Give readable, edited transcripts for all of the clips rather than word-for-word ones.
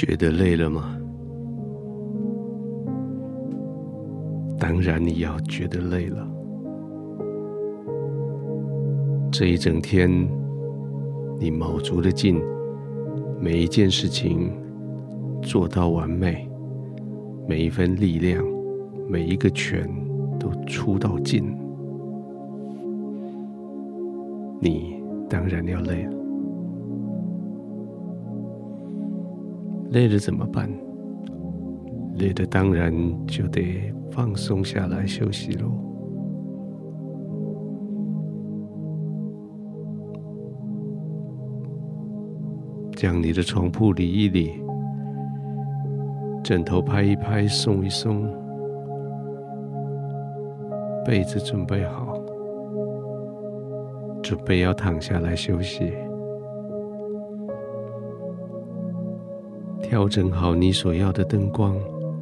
觉得累了吗？当然你要觉得累了。这一整天你卯足了劲，每一件事情做到完美，每一分力量，每一个拳都出到尽，你当然要累了。累了怎么办？累了当然就得放松下来休息咯。将你的床铺理一理，枕头拍一拍，松一松，被子准备好，准备要躺下来休息。调整好你所要的灯光，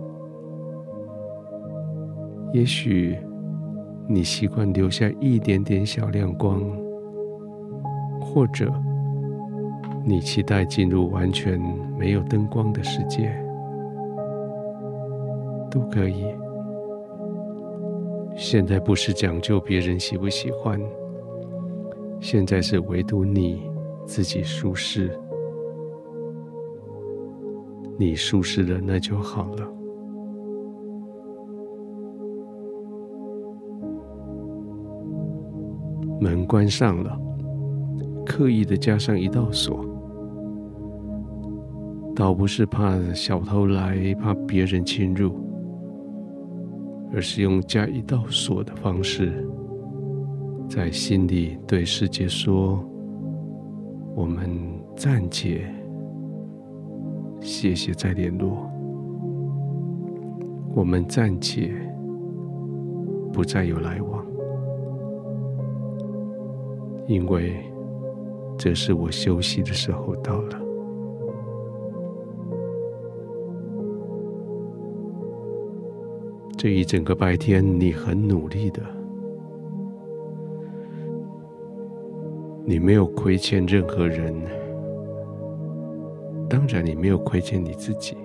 也许你习惯留下一点点小亮光，或者你期待进入完全没有灯光的世界，都可以。现在不是讲究别人喜不喜欢，现在是唯独你自己舒适，你舒适了那就好了。门关上了，刻意的加上一道锁，倒不是怕小偷来，怕别人侵入，而是用加一道锁的方式，在心里对世界说：我们暂且谢谢再联络，我们暂且不再有来往，因为这是我休息的时候到了。这一整个白天你很努力的，你没有亏欠任何人，当然你没有亏欠你自己。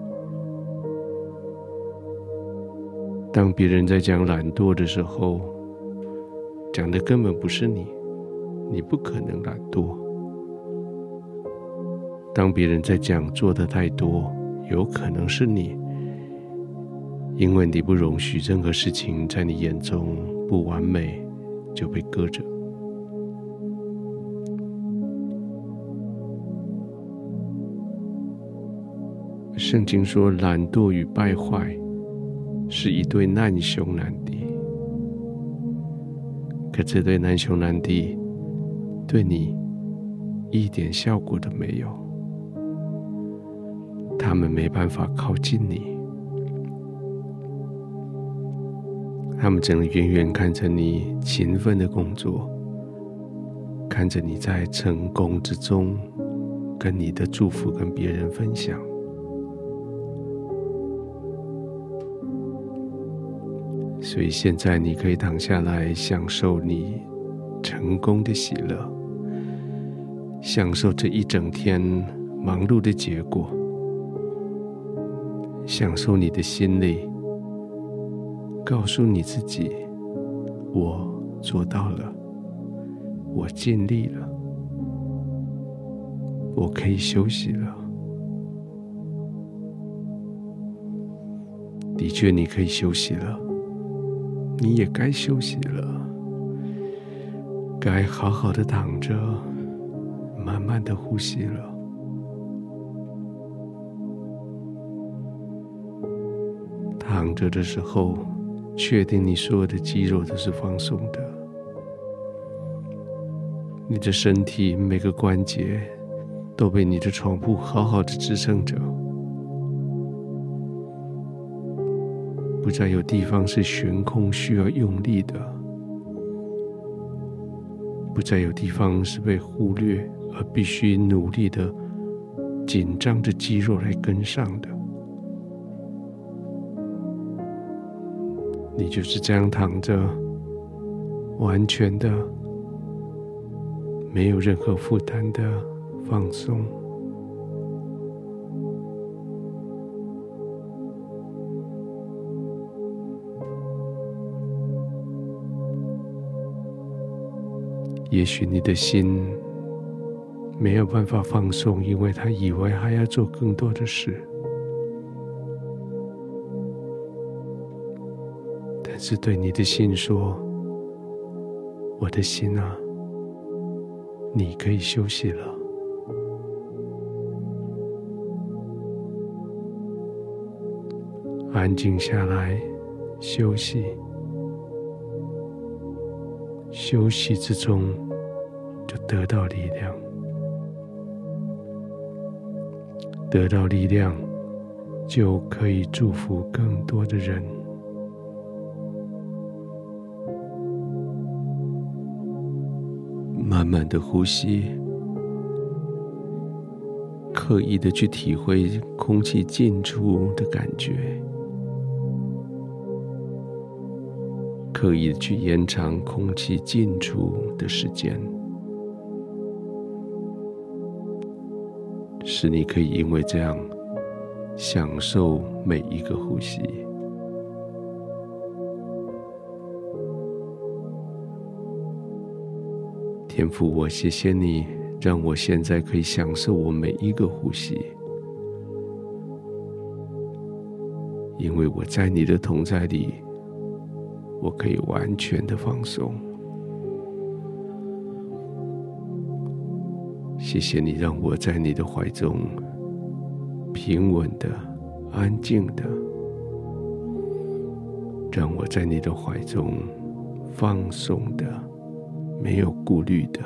当别人在讲懒惰的时候，讲的根本不是你，你不可能懒惰。当别人在讲做的太多，有可能是你，因为你不容许任何事情在你眼中不完美就被搁着。圣经说，懒惰与败坏是一对难兄难弟，可这对难兄难弟对你一点效果都没有，他们没办法靠近你，他们只能远远看着你勤奋的工作，看着你在成功之中跟你的祝福跟别人分享。所以现在你可以躺下来，享受你成功的喜乐，享受这一整天忙碌的结果，享受你的心里告诉你自己，我做到了，我尽力了，我可以休息了。的确你可以休息了，你也该休息了，该好好的躺着，慢慢的呼吸了。躺着的时候，确定你所有的肌肉都是放松的，你的身体每个关节都被你的床铺好好的支撑着，不再有地方是悬空需要用力的，不再有地方是被忽略而必须努力的紧张着肌肉来跟上的。你就是这样躺着，完全的没有任何负担的放松。 也许你的心没有办法放松，因为他以为还要做更多的事。但是对你的心说，我的心啊，你可以休息了。安静下来，休息。休息之中，就得到力量。得到力量，就可以祝福更多的人。慢慢的呼吸，刻意的去体会空气进出的感觉，刻意的去延长空气进出的时间，使你可以因为这样享受每一个呼吸。天父，我谢谢你，让我现在可以享受我每一个呼吸，因为我在你的同在里，我可以完全的放松。谢谢你让我在你的怀中平稳的、安静的，让我在你的怀中放松的，没有顾虑的。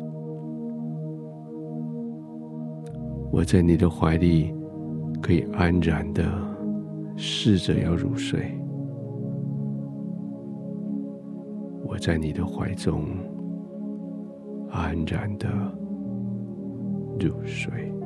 我在你的怀里可以安然的试着要入睡。我在你的怀中安然的入睡。